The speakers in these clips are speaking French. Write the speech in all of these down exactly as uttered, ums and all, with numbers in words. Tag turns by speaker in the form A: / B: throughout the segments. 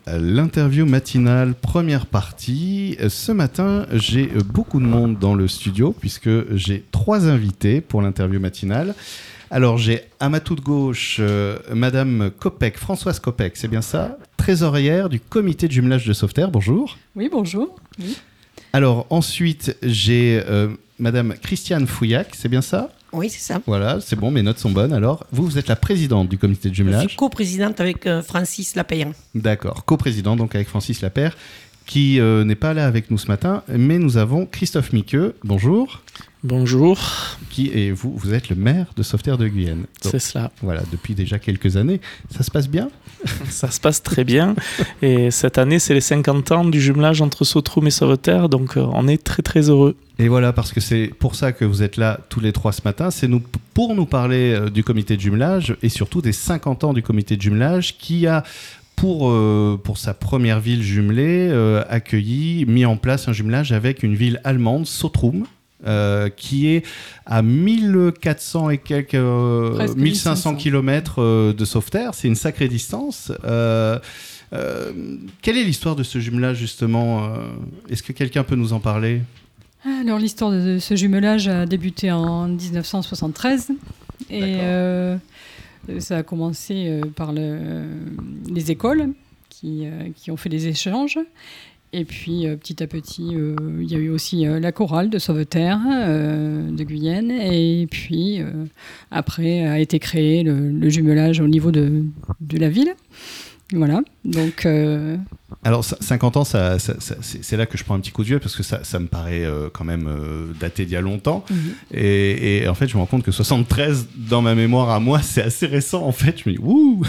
A: l'interview matinale, première partie. Ce matin, j'ai beaucoup de monde dans le studio puisque j'ai trois invités pour l'interview matinale. Alors, j'ai à ma toute gauche euh, Madame Kopek, Françoise Kopek, c'est bien ça, trésorière du comité de jumelage de Sauveterre. Bonjour.
B: Oui, bonjour. Oui.
A: Alors, ensuite, j'ai euh, Madame Christiane Fouillac, c'est bien ça ?
C: Oui, c'est ça.
A: Voilà, c'est bon, mes notes sont bonnes. Alors, vous, vous êtes la présidente du comité de jumelage.
C: Je suis coprésidente avec euh, Francis Lapeyre.
A: D'accord, coprésidente donc avec Francis Lapeyre, qui euh, n'est pas là avec nous ce matin, mais nous avons Christophe Miqueux. Bonjour.
D: Bonjour.
A: Qui est vous Vous êtes le maire de Sauveterre de Guyenne. Donc,
D: c'est cela.
A: Voilà, depuis déjà quelques années. Ça se passe bien ?
D: Ça se passe très bien. Et cette année, c'est les cinquante ans du jumelage entre Sauveterre et Sauveterre, donc euh, on est très très heureux.
A: Et voilà, parce que c'est pour ça que vous êtes là tous les trois ce matin, c'est nous, pour nous parler euh, du comité de jumelage et surtout des cinquante ans du comité de jumelage qui a, pour, euh, pour sa première ville jumelée, euh, accueilli, mis en place un jumelage avec une ville allemande, Sottrum, euh, qui est à mille quatre cents et quelques, euh, mille cinq cents kilomètres euh, de Sauveterre. C'est une sacrée distance. Euh, euh, quelle est l'histoire de ce jumelage, justement ? euh, Est-ce que quelqu'un peut nous en parler ?
B: Alors, l'histoire de ce jumelage a débuté en dix-neuf cent soixante-treize. Et euh, ça a commencé euh, par le, les écoles qui, euh, qui ont fait des échanges. Et puis, euh, petit à petit, euh, il y a eu aussi euh, la chorale de Sauveterre, euh, de Guyenne. Et puis, euh, après, a été créé le, le jumelage au niveau de, de la ville. Voilà, donc... Euh...
A: Alors, cinquante ans, ça, ça, ça, c'est, c'est là que je prends un petit coup de vieux, parce que ça, ça me paraît euh, quand même euh, daté d'il y a longtemps. Mmh. Et, et en fait, je me rends compte que soixante-treize, dans ma mémoire à moi, c'est assez récent, en fait. Je me dis, ouh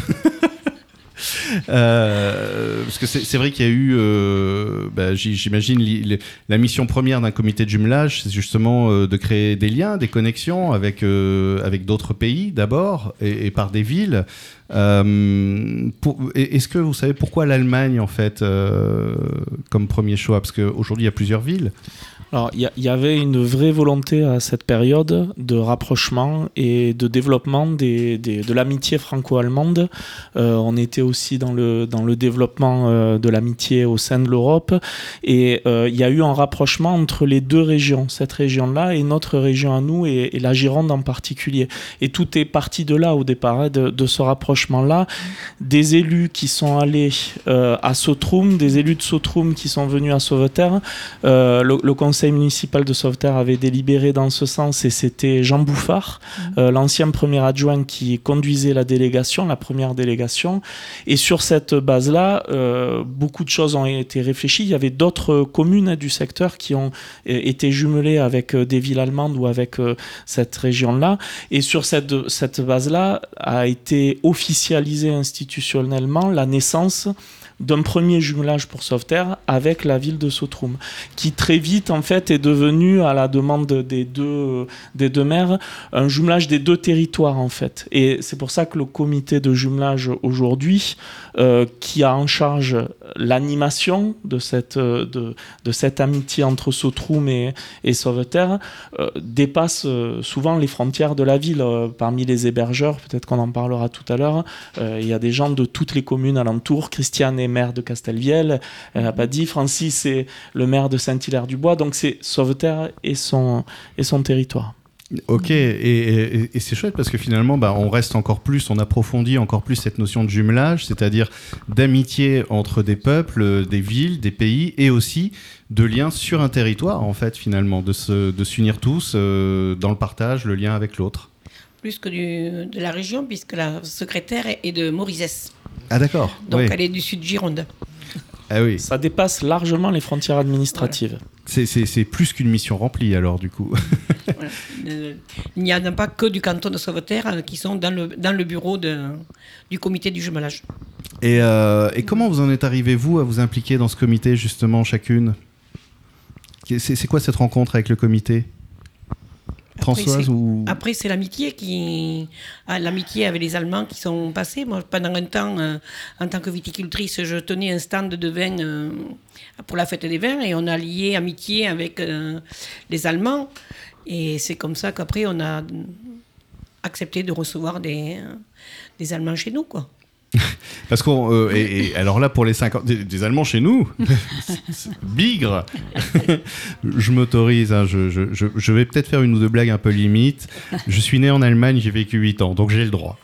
A: Euh, parce que c'est, c'est vrai qu'il y a eu, euh, bah, j'imagine, li, li, la mission première d'un comité de jumelage, c'est justement euh, de créer des liens, des connexions avec, euh, avec d'autres pays d'abord, et, et par des villes. Euh, pour, est-ce que vous savez pourquoi l'Allemagne, en fait, euh, comme premier choix ? Parce qu'aujourd'hui, il y a plusieurs villes.
D: Alors, il y, y avait une vraie volonté à cette période de rapprochement et de développement des, des, de l'amitié franco-allemande. Euh, on était aussi dans le, dans le développement euh, de l'amitié au sein de l'Europe. Et euh, il y a eu un rapprochement entre les deux régions, cette région-là et notre région à nous, et, et la Gironde en particulier. Et tout est parti de là au départ, hein, de, de ce rapprochement-là. Des élus qui sont allés euh, à Sottrum, des élus de Sottrum qui sont venus à Sauveterre. Euh, le, le conseil municipal de Sauveterre avait délibéré dans ce sens, et c'était Jean Bouffard, mmh. euh, l'ancien premier adjoint, qui conduisait la délégation, la première délégation. Et sur cette base-là, euh, beaucoup de choses ont été réfléchies. Il y avait d'autres communes du secteur qui ont euh, été jumelées avec euh, des villes allemandes ou avec euh, cette région-là. Et sur cette, cette base-là a été officialisée institutionnellement la naissance d'un premier jumelage pour Sauveterre avec la ville de Sottrum, qui très vite en fait est devenu, à la demande des deux, des deux maires, un jumelage des deux territoires en fait. Et c'est pour ça que le comité de jumelage aujourd'hui, euh, qui a en charge l'animation de cette, de, de cette amitié entre Sottrum et, et Sauveterre, euh, dépasse souvent les frontières de la ville. Euh, parmi les hébergeurs, peut-être qu'on en parlera tout à l'heure, euh, il y a des gens de toutes les communes alentours. Christiane est maire de Castelvielle, elle n'a pas dit. Francis est le maire de Saint-Hilaire-du-Bois. Donc c'est Sauveterre et son, et son territoire.
A: Ok, et, et, et c'est chouette parce que finalement, bah, on reste encore plus, on approfondit encore plus cette notion de jumelage, c'est-à-dire d'amitié entre des peuples, des villes, des pays, et aussi de liens sur un territoire, en fait, finalement, de, se, de s'unir tous euh, dans le partage, le lien avec l'autre.
C: Plus que du, de la région, puisque la secrétaire est de Maurizès.
A: Ah d'accord.
C: Donc
A: oui.
C: Elle est du sud Gironde.
A: Ah oui.
D: Ça dépasse largement les frontières administratives.
C: Voilà.
A: C'est, c'est, c'est plus qu'une mission remplie alors du coup.
C: Voilà. Euh, il n'y en a pas que du canton de Sauveterre euh, qui sont dans le, dans le bureau de, du comité du jumelage.
A: Et, euh, et comment vous en êtes arrivé, vous, à vous impliquer dans ce comité, justement, chacune ? c'est, c'est quoi cette rencontre avec le comité ? Françoise
C: après,
A: ou...
C: après, c'est l'amitié qui... Ah, l'amitié avec les Allemands qui sont passés. Moi, pendant un temps, euh, en tant que viticultrice, je tenais un stand de vin euh, pour la fête des vins, et on a lié amitié avec euh, les Allemands. Et c'est comme ça qu'après, on a accepté de recevoir des, des Allemands chez nous, quoi.
A: Parce qu'on euh, et, et alors là pour les cinquante des, des Allemands chez nous, bigre. Je m'autorise, hein, je, je, je, je vais peut-être faire une ou deux blagues un peu limite. Je suis né en Allemagne, j'ai vécu huit ans, donc j'ai le droit.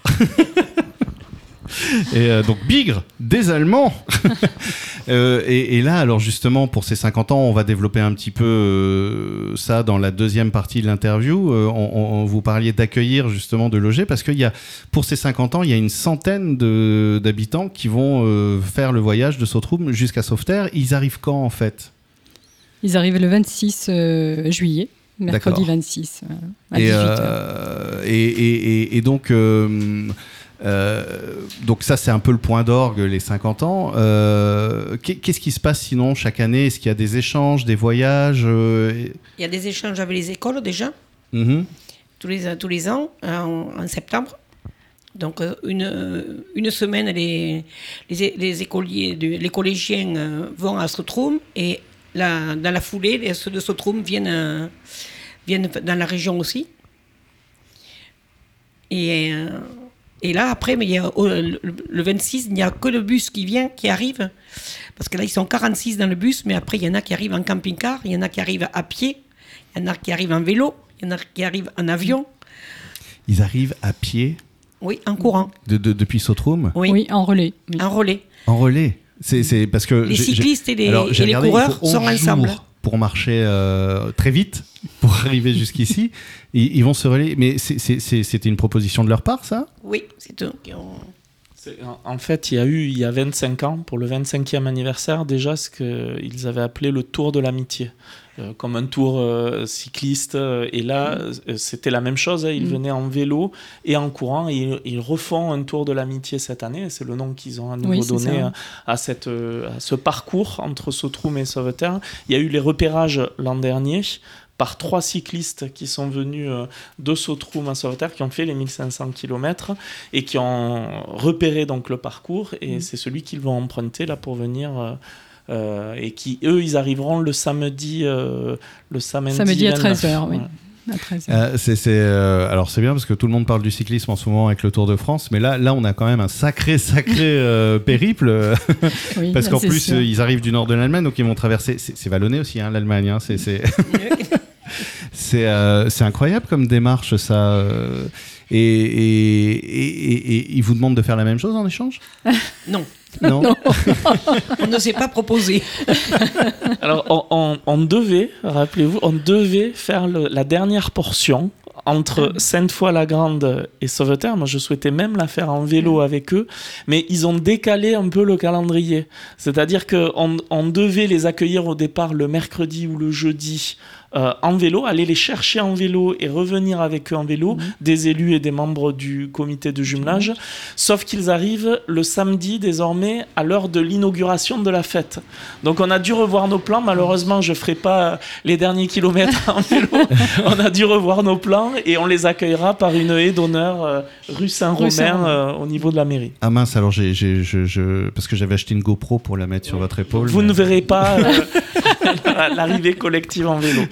A: Et euh, donc bigre des Allemands. euh, et, et là alors justement pour ces cinquante ans on va développer un petit peu euh, ça dans la deuxième partie de l'interview. euh, on, on, vous parliez d'accueillir justement, de loger, parce qu'il y a pour ces cinquante ans il y a une centaine de, d'habitants qui vont euh, faire le voyage de Sottrum jusqu'à Sauveterre. Ils arrivent quand en fait?
B: Ils arrivent le vingt-six euh, juillet, mercredi
A: D'accord.
B: vingt-six euh, à
A: et,
B: dix-huit heures.
A: euh, et, et, et, et donc euh, Euh, donc ça c'est un peu le point d'orgue, les cinquante ans. Euh, qu'est-ce qui se passe sinon chaque année? Est-ce qu'il y a des échanges, des voyages? euh, et...
C: Il y a des échanges avec les écoles déjà,
A: mm-hmm.
C: tous, les, tous les ans, en, en septembre. Donc une, une semaine, les, les, les écoliers, les collégiens vont à Sottrum, et la, dans la foulée, les, ceux de Sottrum viennent, viennent dans la région aussi. Et... Et là, après, mais il y a, le vingt-six, il n'y a que le bus qui vient, qui arrive. Parce que là, ils sont quarante-six dans le bus, mais après, il y en a qui arrivent en camping-car, il y en a qui arrivent à pied, il y en a qui arrivent en vélo, il y en a qui arrivent en avion.
A: Ils arrivent à pied?
C: Oui, en courant.
A: De, de, depuis Sottrum?
C: Oui.
B: Oui, en relais. Oui.
C: En relais.
A: En relais? C'est, c'est parce que
C: les
A: j'ai,
C: cyclistes et les,
A: alors,
C: et les
A: regardé,
C: coureurs sont ensemble.
A: Pour marcher euh, très vite, pour arriver jusqu'ici. ils, ils vont se relayer. Mais c'est, c'est, c'est, c'était une proposition de leur part, ça?
C: Oui, c'est eux qui ont...
D: C'est, en fait, il y a eu, il y a vingt-cinq ans, pour le vingt-cinquième anniversaire, déjà ce qu'ils avaient appelé le Tour de l'Amitié. Euh, comme un tour euh, cycliste. Euh, et là, euh, c'était la même chose. Hein, ils mmh. venaient en vélo et en courant. Et ils, ils refont un Tour de l'Amitié cette année. C'est le nom qu'ils ont à nouveau oui, donné à, à, cette, à ce parcours entre Sottrum et Sauveterre. Il y a eu les repérages l'an dernier par trois cyclistes qui sont venus de Sottrum à Sauveterre, qui ont fait les mille cinq cents kilomètres et qui ont repéré donc le parcours. Et mmh. c'est celui qu'ils vont emprunter là pour venir... Euh, Euh, et qui, eux, ils arriveront le samedi, euh, le samedi,
B: samedi à treize heures, oui.
D: Ouais.
B: À treize heures.
A: Euh, c'est, c'est, euh, alors c'est bien parce que tout le monde parle du cyclisme en ce moment avec le Tour de France, mais là, là on a quand même un sacré, sacré euh, périple. Oui, parce qu'en plus, sûr. ils arrivent du nord de l'Allemagne, donc ils vont traverser. C'est, c'est vallonné aussi, hein, l'Allemagne. Hein, c'est, c'est... c'est, euh, c'est incroyable comme démarche, ça. Euh, et, et, et, et, et ils vous demandent de faire la même chose en échange?
C: Non.
A: Non.
C: non. On ne s'est pas proposé.
D: Alors, on, on, on devait, rappelez-vous, on devait faire le, la dernière portion entre Sainte-Foy-la-Grande et Sauveterre. Moi, je souhaitais même la faire en vélo avec eux, mais ils ont décalé un peu le calendrier. C'est-à-dire qu'on on devait les accueillir au départ le mercredi ou le jeudi euh, en vélo, aller les chercher en vélo et revenir avec eux en vélo, mmh. des élus et des membres du comité de jumelage, mmh. sauf qu'ils arrivent le samedi désormais à l'heure de l'inauguration de la fête. Donc on a dû revoir nos plans. Malheureusement, je ne ferai pas les derniers kilomètres en vélo. On a dû revoir nos plans et on les accueillera par une haie d'honneur euh, rue Saint-Romain euh, au niveau de la mairie.
A: Ah mince, alors j'ai, j'ai, je, je... parce que j'avais acheté une GoPro pour la mettre sur votre épaule.
D: Vous
A: mais...
D: ne verrez pas euh, l'arrivée collective en vélo.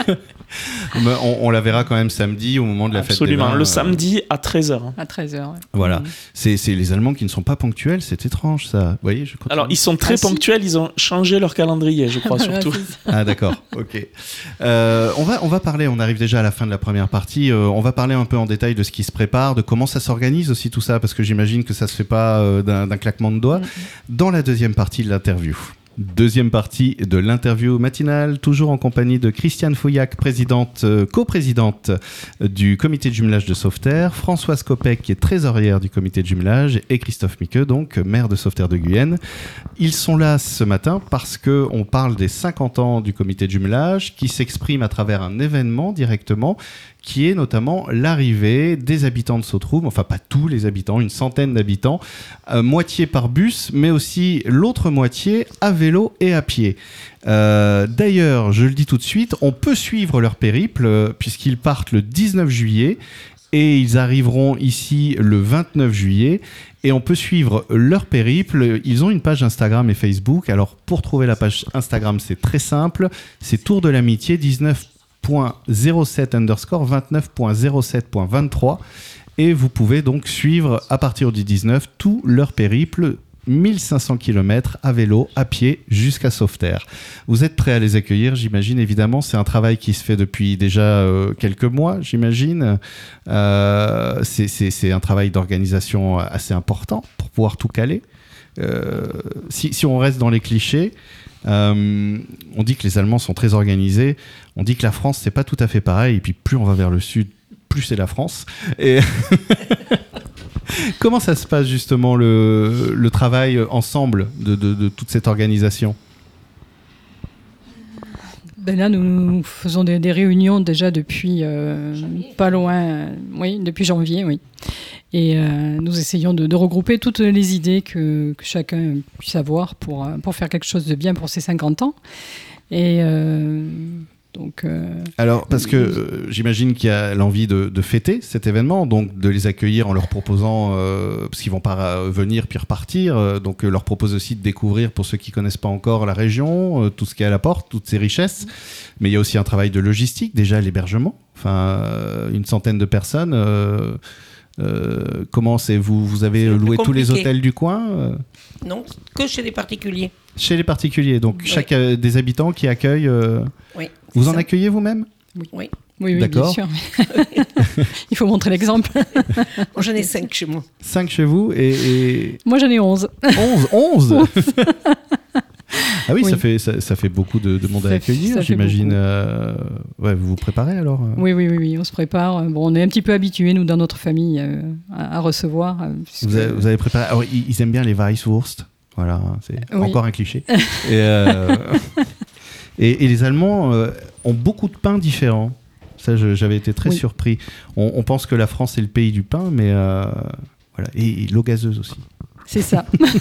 A: on, on la verra quand même samedi au moment de la
D: Absolument,
A: fête des vins.
D: Le samedi à treize heures.
B: À treize heures, ouais.
A: Voilà.
B: Mmh.
A: C'est, c'est les Allemands qui ne sont pas ponctuels, c'est étrange ça. Vous voyez, je
D: Alors, ils sont très ah, ponctuels, si. Ils ont changé leur calendrier, je crois, voilà, surtout.
A: Ah, d'accord, ok. Euh, on, va, on va parler, on arrive déjà à la fin de la première partie, euh, on va parler un peu en détail de ce qui se prépare, de comment ça s'organise aussi tout ça, parce que j'imagine que ça ne se fait pas euh, d'un, d'un claquement de doigts. Mmh. Dans la deuxième partie de l'interview. Deuxième partie de l'interview matinale, toujours en compagnie de Christiane Fouillac, présidente, euh, coprésidente du comité de jumelage de Sauveterre, Françoise Kopek, qui est trésorière du comité de jumelage, et Christophe Miqueux, donc maire de Sauveterre de Guyenne. Ils sont là ce matin parce qu'on parle des cinquante ans du comité de jumelage, qui s'exprime à travers un événement directement, qui est notamment l'arrivée des habitants de Sottrum, enfin pas tous les habitants, une centaine d'habitants, euh, moitié par bus, mais aussi l'autre moitié à vélo et à pied. Euh, d'ailleurs, je le dis tout de suite, on peut suivre leur périple, euh, puisqu'ils partent le dix-neuf juillet, et ils arriveront ici le vingt-neuf juillet, et on peut suivre leur périple. Ils ont une page Instagram et Facebook. Alors, pour trouver la page Instagram, c'est très simple, c'est Tour de l'Amitié dix-neuf zéro sept underscore vingt-neuf point zéro sept point vingt-trois et vous pouvez donc suivre à partir du dix-neuf tout leur périple, mille cinq cents kilomètres à vélo, à pied, jusqu'à Sauveterre. Vous êtes prêts à les accueillir, j'imagine, évidemment. C'est un travail qui se fait depuis déjà euh, quelques mois, j'imagine. Euh, c'est, c'est, c'est un travail d'organisation assez important pour pouvoir tout caler. Euh, si, si on reste dans les clichés, euh, on dit que les Allemands sont très organisés. On dit que la France, c'est pas tout à fait pareil. Et puis plus on va vers le sud, plus c'est la France. Et comment ça se passe justement le, le travail ensemble de, de, de toute cette organisation ?
B: Ben là, nous, nous faisons des, des réunions déjà depuis euh, pas loin, euh, oui, depuis janvier, oui. Et euh, nous essayons de, de regrouper toutes les idées que, que chacun puisse avoir pour, pour faire quelque chose de bien pour ses cinquante ans. Et euh, donc... Euh,
A: Alors, parce que euh, j'imagine qu'il y a l'envie de, de fêter cet événement, donc de les accueillir en leur proposant, euh, parce qu'ils vont pas venir puis repartir, euh, donc euh, leur propose aussi de découvrir, pour ceux qui connaissent pas encore la région, euh, tout ce qui est à la porte, toutes ces richesses. Mais il y a aussi un travail de logistique, déjà l'hébergement, enfin euh, une centaine de personnes. Euh, euh, comment c'est vous, vous avez
C: c'est
A: loué tous les hôtels du coin euh
C: Non, que chez les particuliers.
A: Chez les particuliers, donc
C: oui.
A: chaque euh, des habitants qui accueillent. Euh...
C: Oui.
A: Vous en
C: ça.
A: accueillez vous-même ?
C: Oui.
B: Oui, oui,
A: D'accord.
B: bien sûr. Il faut montrer l'exemple.
C: Moi, j'en ai cinq chez moi.
A: Cinq chez vous et... et...
B: Moi, j'en ai onze.
A: Onze onze Ah oui,
B: Oui.
A: Ça, fait, ça, ça fait beaucoup de, de monde
B: Ça
A: à
B: fait-
A: accueillir,
B: ça fait
A: j'imagine.
B: beaucoup.
A: Euh... Ouais, vous vous préparez alors euh
B: Oui, oui, oui, oui, on se prépare. Bon, on est un petit peu habitués, nous, dans notre famille, euh, à, à recevoir. euh, puisque-
A: vous, avez, vous avez préparé... Alors, ils, ils aiment bien les Weisswurst. Voilà, c'est
B: Oui.
A: encore un cliché. et, euh... et, et les Allemands euh, ont beaucoup de pains différents. Ça, je- j'avais été très
B: Oui.
A: surpris. On, on pense que la France est le pays du pain, mais... Euh... Voilà. Et, et l'eau gazeuse aussi.
B: C'est ça.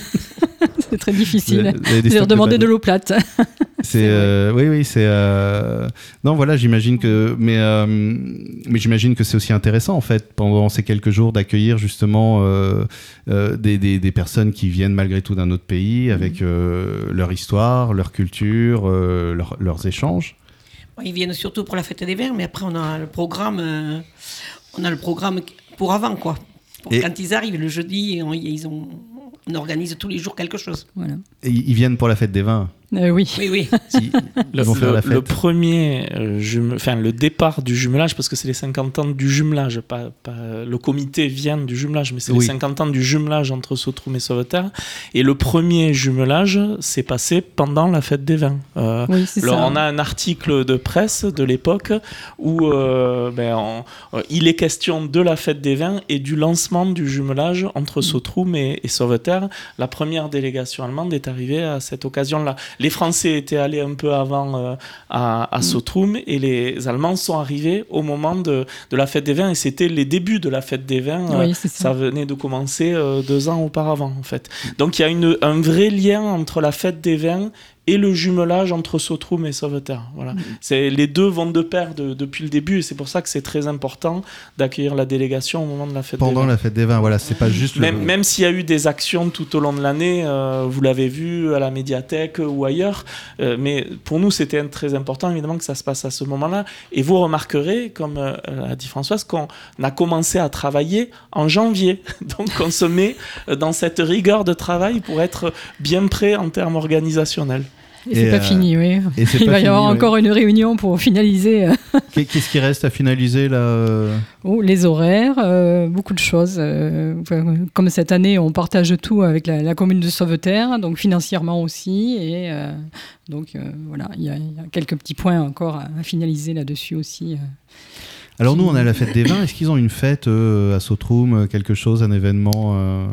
B: C'est très difficile.
A: Vous avez- vous avez des
B: De leur
A: stocks de
B: demander de
A: bateaux.
B: l'eau plate.
A: C'est,
B: C'est
A: euh, oui, oui, c'est. Euh... Non, voilà, j'imagine que, mais, euh, mais j'imagine que c'est aussi intéressant en fait pendant ces quelques jours d'accueillir justement euh, euh, des, des, des personnes qui viennent malgré tout d'un autre pays avec euh, leur histoire, leur culture, euh, leur- leurs échanges.
C: Ils viennent surtout pour la fête des vins, mais après, on a le programme, euh, on a le programme pour avant, quoi. Pour
A: Et-
C: quand ils arrivent le jeudi, on, ils ont, on organise tous les jours quelque chose.
B: Voilà.
A: Et ils viennent pour la fête des vins.
B: Euh, oui.
C: Oui, oui.
A: Ils, ils
D: Le,
A: vont faire
D: le-
A: la fête.
D: le premier, euh, jume- enfin le départ du jumelage, parce que c'est les cinquante ans du jumelage, pas, pas- le comité vient du jumelage, mais c'est
A: Oui.
D: les cinquante ans du jumelage entre Sotrum et Sauveterre. Et le premier jumelage s'est passé pendant la fête des vins. Euh,
B: Oui, c'est
D: alors,
B: ça.
D: on a un article de presse de l'époque où euh, ben, on- euh, il est question de la fête des vins et du lancement du jumelage entre Sotrum et, et Sauveterre. La première délégation allemande est arrivée à cette occasion-là. Les Français étaient allés un peu avant euh, à, à Sotrum et les Allemands sont arrivés au moment de, de la fête des vins et c'était les débuts de la fête des vins. Euh,
B: Oui, c'est ça.
D: ça venait de commencer euh, deux ans auparavant en fait. Donc il y a une, un vrai lien entre la fête des vins et le jumelage entre Sotrum et Sauveterre. Voilà.
B: Mm.
D: C'est, les deux vont de pair de- depuis le début et c'est pour ça que c'est très important d'accueillir la délégation au moment de la fête des
A: Pendant
D: vins.
A: la fête des vins, voilà, c'est pas juste
D: Même,
A: le.
D: même s'il y a eu des actions tout au long de l'année, euh, vous l'avez vu à la médiathèque ou ailleurs, euh, mais pour nous c'était très important évidemment que ça se passe à ce moment-là. Et vous remarquerez, comme euh, a dit Françoise, qu'on a commencé à travailler en janvier. Donc on se met dans cette rigueur de travail pour être bien prêt en termes organisationnels.
B: Et c'est
A: Et,
B: pas
A: euh,
B: fini, oui.
A: et c'est
B: Il
A: pas
B: va y
A: fini,
B: avoir
A: ouais.
B: encore une réunion pour finaliser euh,
A: Qu'est- Qu'est-ce qui reste à finaliser là euh
B: oh, les horaires, euh, beaucoup de choses. euh, enfin, comme cette année, on partage tout avec la, la commune de Sauveterre, donc financièrement aussi. Et euh, donc euh, voilà, il y, a- il y a quelques petits points encore à, à finaliser là-dessus aussi. euh.
A: Alors nous, on a la fête des vins. Est-ce qu'ils ont une fête euh, à Sotrum, quelque chose, un événement euh,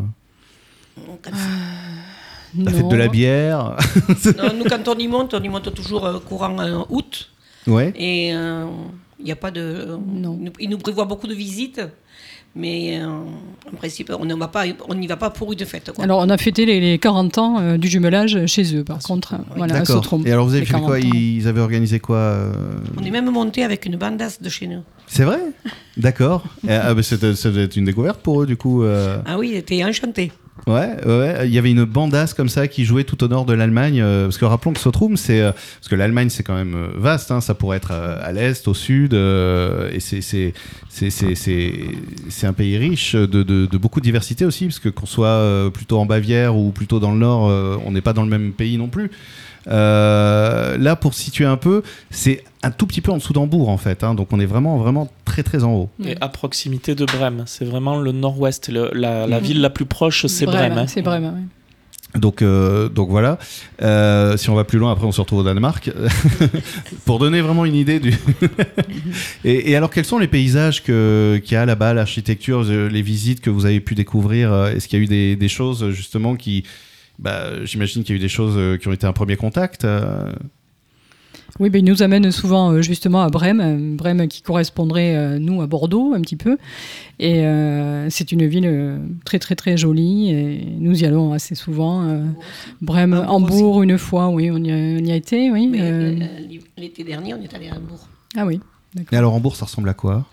A: La
B: Non.
A: fête de la bière
C: Non, nous, quand on y monte, on y monte toujours euh, courant euh, août.
A: Ouais.
C: Et il n'y a pas de.
B: Non.
C: Ils nous- Ils nous prévoient beaucoup de visites, mais euh, en principe, on n'y va pas, on n'y va pas pour une fête. Quoi.
B: Alors, on a fêté les, les quarante ans euh, du jumelage chez eux, par contre.
C: oui.
B: Voilà, à
A: D'accord.
B: Sotrum.
A: Et alors vous avez
B: Les
A: fait quoi?
B: quarante ans.
A: Ils avaient organisé quoi euh
C: On est même monté avec une bandasse de chez nous.
A: C'est vrai? D'accord. Et, ah, bah, c'était- ça doit être une découverte pour eux du coup. euh.
C: Ah oui, ils étaient enchantés.
A: Ouais, ouais, il y avait une bandasse comme ça qui jouait tout au nord de l'Allemagne, euh, parce que rappelons que Sottrum, c'est euh, parce que l'Allemagne c'est quand même euh, vaste, hein, ça pourrait être euh, à l'est, au sud, euh, et c'est c'est c'est c'est c'est c'est un pays riche de, de de beaucoup de diversité aussi, parce que qu'on soit euh, plutôt en Bavière ou plutôt dans le nord, euh, on n'est pas dans le même pays non plus. Euh, là, pour situer un peu, c'est un tout petit peu en dessous d'Hambourg en fait, hein, donc on est vraiment vraiment très très en haut.
D: Et à proximité de Brême, c'est vraiment le nord-ouest, le, la, la mmh. ville la plus proche, c'est Brême. Hein.
B: C'est Brême, oui.
A: Donc, euh, donc voilà. Euh, si on va plus loin, après on se retrouve au Danemark. Pour donner vraiment une idée du. et, et alors, quels sont les paysages que, qu'il y a là-bas, l'architecture, les visites que vous avez pu découvrir? Est-ce qu'il y a eu des, des choses justement qui. Bah, j'imagine qu'il y a eu des choses qui ont été un premier contact. Euh...
B: Oui, ben, il nous amène souvent justement à Brême, Brême qui correspondrait, nous, à Bordeaux un petit peu. Et euh, c'est une ville très très très jolie et nous y allons assez souvent. Euh, Brême, Hambourg, Hambourg une fois, oui, on y a, on y a été. Oui,
C: Mais
B: euh...
C: l'été dernier, on est allé à Hambourg.
B: Ah oui, d'accord.
A: Et alors Hambourg, ça ressemble à quoi?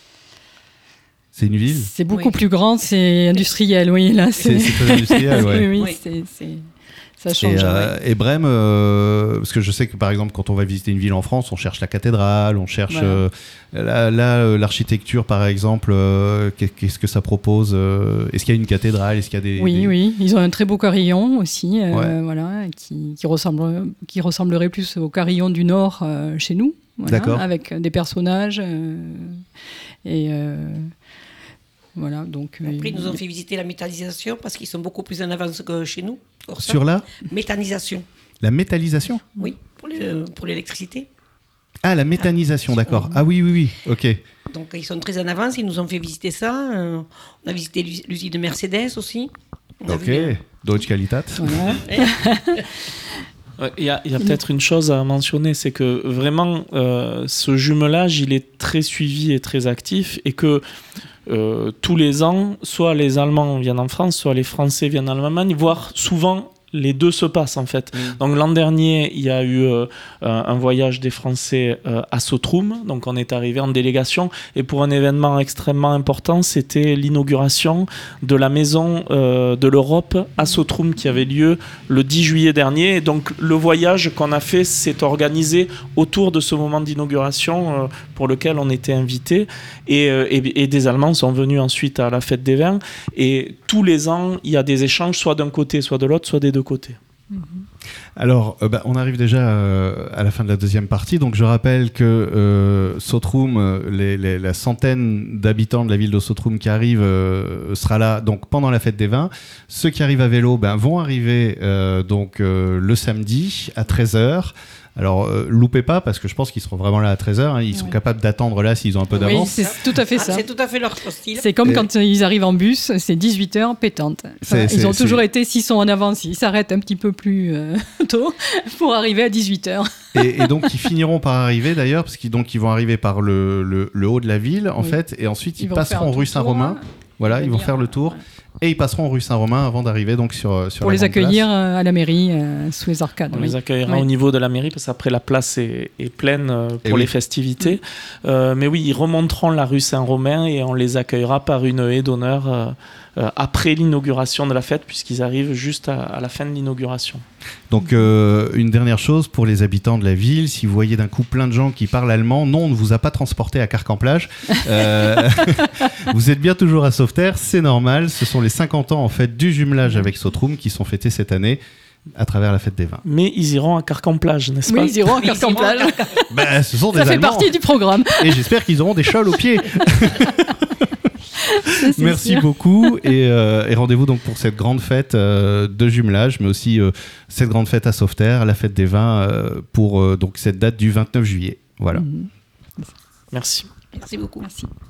A: C'est une ville?
B: C'est beaucoup
C: oui.
B: plus grand, c'est industriel, oui. Là,
A: c'est... C'est, c'est très industriel, ouais.
B: oui, oui,
C: oui.
B: c'est... c'est... Ça change.
A: Et, euh, ouais. et Brême, euh, parce que je sais que par exemple, quand on va visiter une ville en France, on cherche la cathédrale, on cherche voilà. euh, là, là euh, l'architecture par exemple. Euh, qu'est-ce que ça propose? euh, Est-ce qu'il y a une cathédrale? Est-ce qu'il y a des
B: Oui,
A: des...
B: oui. Ils ont un très beau carillon aussi, euh,
A: ouais.
B: voilà, qui, qui ressemble, qui ressemblerait plus au carillon du Nord euh, chez nous. Voilà,
A: d'accord.
B: Avec des personnages euh, et. Euh, Voilà, donc,
C: Après, ils
B: euh...
C: nous ont fait visiter la métallisation parce qu'ils sont beaucoup plus en avance que chez nous.
A: Sur la
C: méthanisation.
A: La métallisation?
C: Oui, pour, le, pour l'électricité.
A: Ah, la méthanisation, ah, d'accord. Ah oui, oui, oui, ok.
C: Donc, ils sont très en avance, ils nous ont fait visiter ça. Euh, on a visité l'usine de Mercedes aussi. On
A: ok, vu... Deutsche Qualität.
B: Voilà.
D: Il y a, il y a peut-être une chose à mentionner, c'est que vraiment, euh, ce jumelage, il est très suivi et très actif, et que euh, tous les ans, soit les Allemands viennent en France, soit les Français viennent en Allemagne, voire souvent les deux se passent en fait. Mmh. Donc l'an dernier, il y a eu euh, un voyage des Français euh, à Sottrum, donc on est arrivé en délégation, et pour un événement extrêmement important, c'était l'inauguration de la maison euh, de l'Europe à Sottrum qui avait lieu le dix juillet dernier. Et donc le voyage qu'on a fait s'est organisé autour de ce moment d'inauguration euh, pour lequel on était invités, et, euh, et, et des Allemands sont venus ensuite à la fête des vins, et tous les ans, il y a des échanges, soit d'un côté, soit de l'autre, soit des deux côté.
A: Alors, euh, bah, on arrive déjà euh, à la fin de la deuxième partie. Donc, je rappelle que euh, Sottrum, les, les, la centaine d'habitants de la ville de Sottrum qui arrivent euh, sera là donc pendant la fête des vins. Ceux qui arrivent à vélo ben, vont arriver euh, donc euh, le samedi à treize heures. Alors, euh, loupez pas, parce que je pense qu'ils seront vraiment là à treize heures. Hein. Ils sont oui. capables d'attendre là s'ils ont un peu d'avance.
B: Oui, c'est tout à fait ça.
C: Ah, c'est tout à fait leur style.
B: C'est comme
A: Et...
B: quand euh, ils arrivent en bus, c'est dix-huit heures pétante. Enfin,
A: c'est,
B: ils
A: c'est,
B: ont toujours
A: c'est...
B: été, s'ils sont en avance, ils s'arrêtent un petit peu plus euh, tôt pour arriver à dix-huit heures.
A: Et, et donc, ils finiront par arriver d'ailleurs, parce qu'ils donc, ils vont arriver par le, le, le haut de la ville, en oui. fait, et ensuite, ils, ils passeront rue Saint-Romain. Voilà, ils vont faire le tour. Ouais. Et ils passeront rue Saint-Romain avant d'arriver donc sur, sur
B: pour
A: la
B: les accueillir
A: place.
B: À la mairie euh, sous les arcades.
D: On
B: oui.
D: les accueillera
B: oui.
D: au niveau de la mairie parce qu'après la place est, est pleine euh, pour et les oui. festivités. Mmh. Euh, mais oui, ils remonteront la rue Saint-Romain et on les accueillera par une haie d'honneur euh, euh, après l'inauguration de la fête, puisqu'ils arrivent juste à, à la fin de l'inauguration.
A: Donc euh, une dernière chose pour les habitants de la ville, si vous voyez d'un coup plein de gens qui parlent allemand, non, on ne vous a pas transporté à Carcamplage. Euh, vous êtes bien toujours à Sauveterre, c'est normal. Ce sont les cinquante ans en fait du jumelage avec Sottrum qui sont fêtés cette année à travers la fête des vins.
D: Mais ils iront à Carcamplage, n'est-ce
B: oui,
D: pas?
B: Oui, ils iront à Carcamplage.
A: Ben, ce sont des
B: Ça fait
A: Allemands.
B: partie du programme.
A: Et j'espère qu'ils auront des châles aux pieds.
B: Ça,
A: merci
B: sûr.
A: beaucoup et, euh, et rendez-vous donc pour cette grande fête euh, de jumelage, mais aussi euh, cette grande fête à Sauveterre, la fête des vins euh, pour euh, donc cette date du vingt-neuf juillet. Voilà.
B: Mmh.
D: Merci.
C: Merci beaucoup.
B: Merci.